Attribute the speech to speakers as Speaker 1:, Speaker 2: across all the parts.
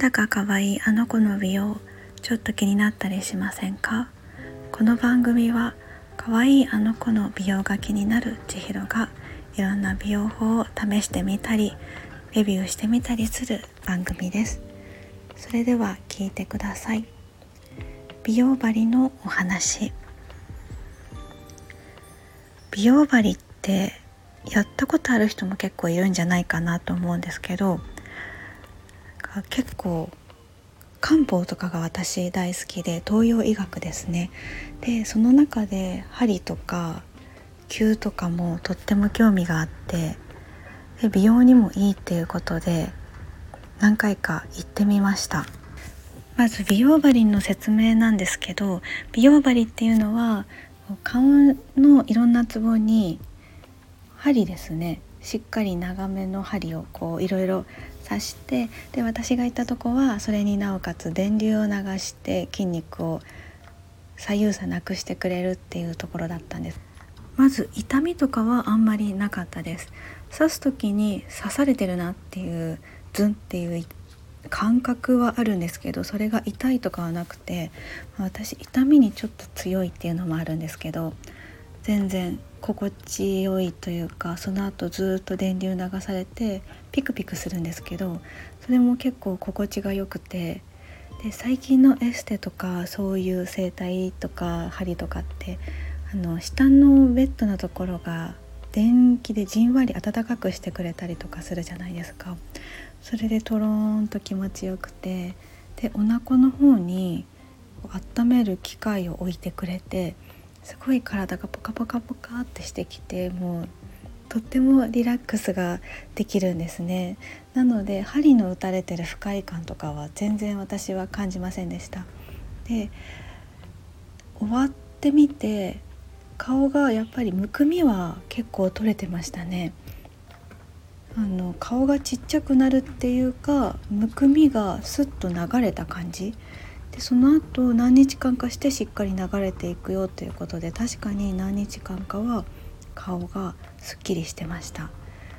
Speaker 1: だか可愛いあの子の美容、ちょっと気になったりしませんか？この番組は可愛いあの子の美容が気になる千尋がいろんな美容法を試してみたりレビューしてみたりする番組です。それでは聞いてください。美容針のお話。美容針ってやったことある人も結構いるんじゃないかなと思うんですけど、結構漢方とかが私大好きで、東洋医学ですね。でその中で針とか灸とかもとっても興味があって、で美容にもいいっていうことで何回か行ってみました。まず美容針の説明なんですけど、美容針っていうのは顔のいろんなツボに針ですね、しっかり長めの針をいろいろ刺して、で私が行ったとこはそれになおかつ電流を流して筋肉を左右差なくしてくれるっていうところだったんです。まず痛みとかはあんまりなかったです。刺す時に刺されてるなっていうズンっていう感覚はあるんですけど、それが痛いとかはなくて、私痛みにちょっと強いっていうのもあるんですけど、全然心地よいというか、その後ずっと電流流されてピクピクするんですけど、それも結構心地が良くて、で最近のエステとかそういう整体とか針とかって下のベッドのところが電気でじんわり暖かくしてくれたりとかするじゃないですか。それでトローンと気持ちよくて、でお腹の方に温める機械を置いてくれて、すごい体がポカポカポカってしてきて、もうとってもリラックスができるんですね。なので針の打たれてる不快感とかは全然私は感じませんでした。で終わってみて顔がやっぱりむくみは結構取れてましたね。顔がちっちゃくなるっていうか、むくみがスッと流れた感じで、その後何日間かしてしっかり流れていくよということで、確かに何日間かは顔がすっきりしてました。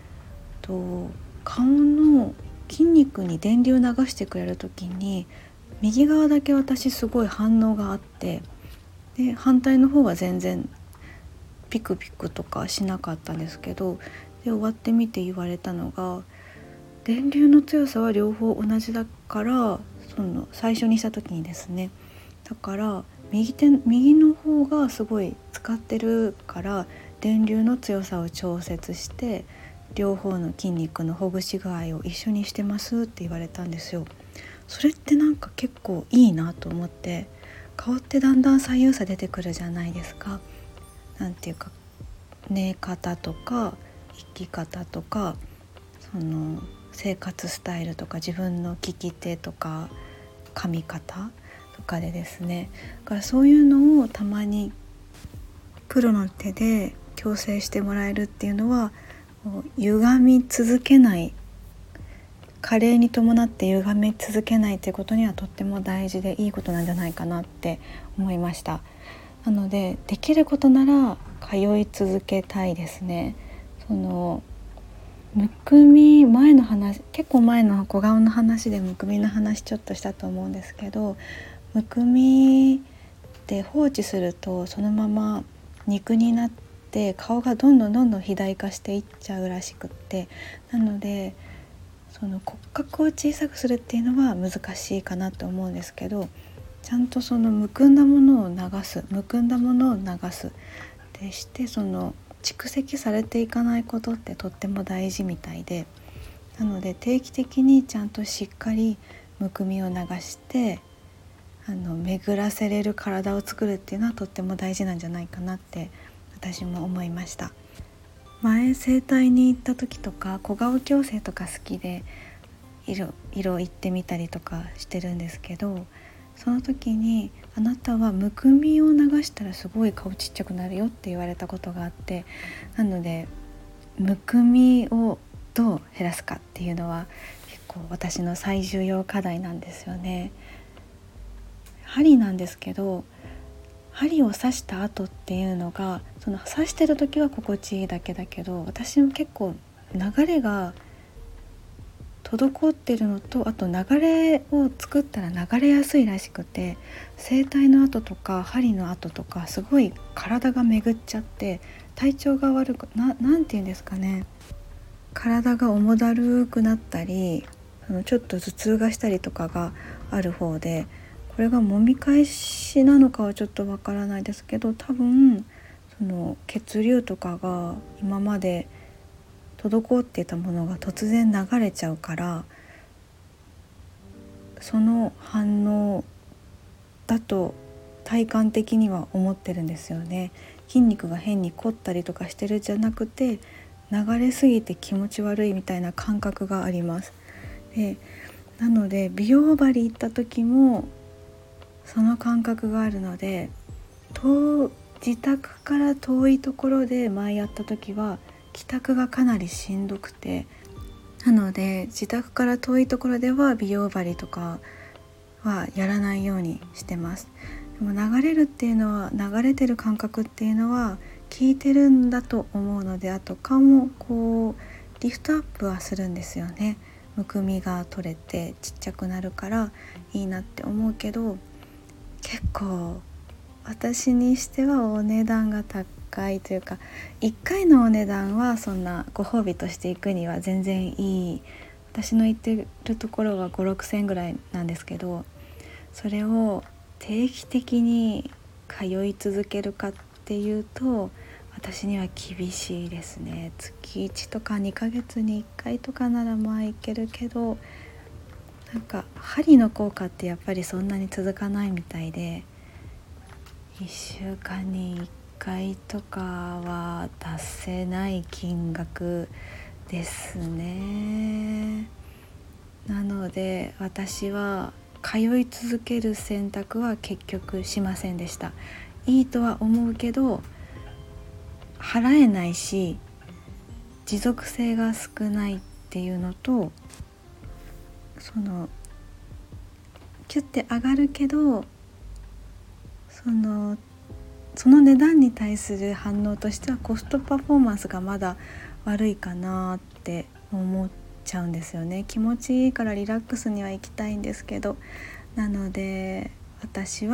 Speaker 1: 顔の筋肉に電流流してくれる時に右側だけ私すごい反応があって、で反対の方は全然ピクピクとかしなかったんですけど、で終わってみて言われたのが、電流の強さは両方同じだから、最初にした時にですね、だから右の方がすごい使ってるから電流の強さを調節して両方の筋肉のほぐし具合を一緒にしてますって言われたんですよ。それってなんか結構いいなと思って、顔ってだんだん左右差出てくるじゃないですか。なんていうか寝方とか生き方とか生活スタイルとか自分の利き手とか髪型とかでですね、だからそういうのをたまにプロの手で矯正してもらえるっていうのは、歪み続けない、加齢に伴って歪み続けないっていうことにはとっても大事でいいことなんじゃないかなって思いました。なのでできることなら通い続けたいですね。むくみ前の話、結構前の小顔の話でむくみの話ちょっとしたと思うんですけど、むくみって放置するとそのまま肉になって顔がどんどん肥大化していっちゃうらしくって、なので骨格を小さくするっていうのは難しいかなと思うんですけど、ちゃんとむくんだものを流すでして、蓄積されていかないことってとっても大事みたいで、なので定期的にちゃんとしっかりむくみを流して巡らせれる体を作るっていうのはとっても大事なんじゃないかなって私も思いました。前整体に行った時とか小顔矯正とか好きで色行ってみたりとかしてるんですけど、その時にあなたはむくみを流したらすごい顔ちっちゃくなるよって言われたことがあって、なのでむくみをどう減らすかっていうのは結構私の最重要課題なんですよね。針なんですけど、針を刺した後っていうのが刺してる時は心地いいだけだけど、私も結構流れが滞ってるのと、あと流れを作ったら流れやすいらしくて、整体の跡とか針の跡とかすごい体が巡っちゃって体調が悪くなんていうんですかね、体が重だるくなったり、ちょっと頭痛がしたりとかがある方で、これが揉み返しなのかはちょっとわからないですけど、多分その血流とかが今まで滞っていたものが突然流れちゃうから、その反応だと体感的には思ってるんですよね。筋肉が変に凝ったりとかしてるんじゃなくて、流れすぎて気持ち悪いみたいな感覚があります。でなので美容針行った時もその感覚があるので、自宅から遠いところで前やった時は帰宅がかなりしんどくて、なので自宅から遠いところでは美容針とかはやらないようにしてます。でも流れるっていうのは、流れてる感覚っていうのは効いてるんだと思うので、あと顔もこうリフトアップはするんですよね。むくみが取れてちっちゃくなるからいいなって思うけど、結構私にしてはお値段が高いというか、1回のお値段はそんなご褒美として行くには全然いい、私の行ってるところは5、6千ぐらいなんですけど、それを定期的に通い続けるかっていうと私には厳しいですね。月1とか2ヶ月に1回とかならまあいけるけど、なんか針の効果ってやっぱりそんなに続かないみたいで、1週間に1回とかは出せない金額ですね。なので私は通い続ける選択は結局しませんでした。いいとは思うけど払えないし持続性が少ないっていうのと、そのキュッて上がるけどその値段に対する反応としてはコストパフォーマンスがまだ悪いかなって思っちゃうんですよね。気持ちいいからリラックスには行きたいんですけど、なので私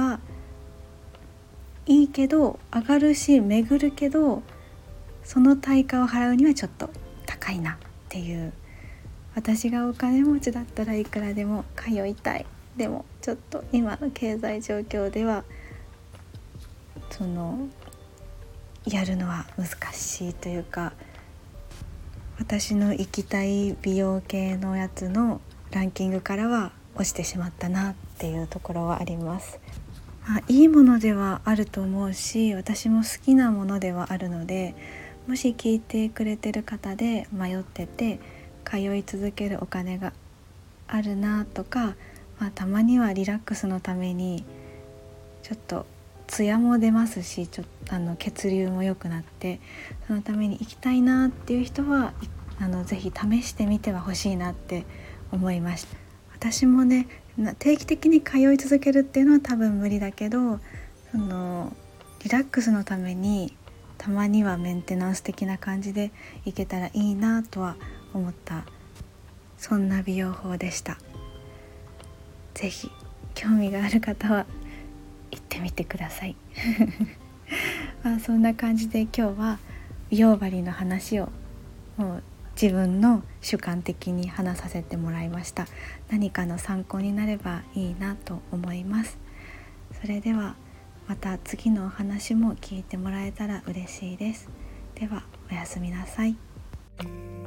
Speaker 1: はいいけど上がるし巡るけど、その対価を払うにはちょっと高いなっていう。私がお金持ちだったらいくらでも通いたい。でもちょっと今の経済状況ではやるのは難しいというか、私の行きたい美容系のやつのランキングからは落ちてしまったなっていうところはあります。いいものではあると思うし、私も好きなものではあるので、もし聞いてくれてる方で迷ってて通い続けるお金があるなとか、たまにはリラックスのためにちょっとツヤも出ますし、血流も良くなって、そのために行きたいなっていう人はぜひ試してみてはほしいなって思いました。私もね、定期的に通い続けるっていうのは多分無理だけど、リラックスのためにたまにはメンテナンス的な感じで行けたらいいなとは思った、そんな美容法でした。ぜひ興味がある方は行ってみてくださいそんな感じで今日は美容針の話をもう自分の主観的に話させてもらいました。何かの参考になればいいなと思います。それではまた次のお話も聞いてもらえたら嬉しいです。ではおやすみなさい。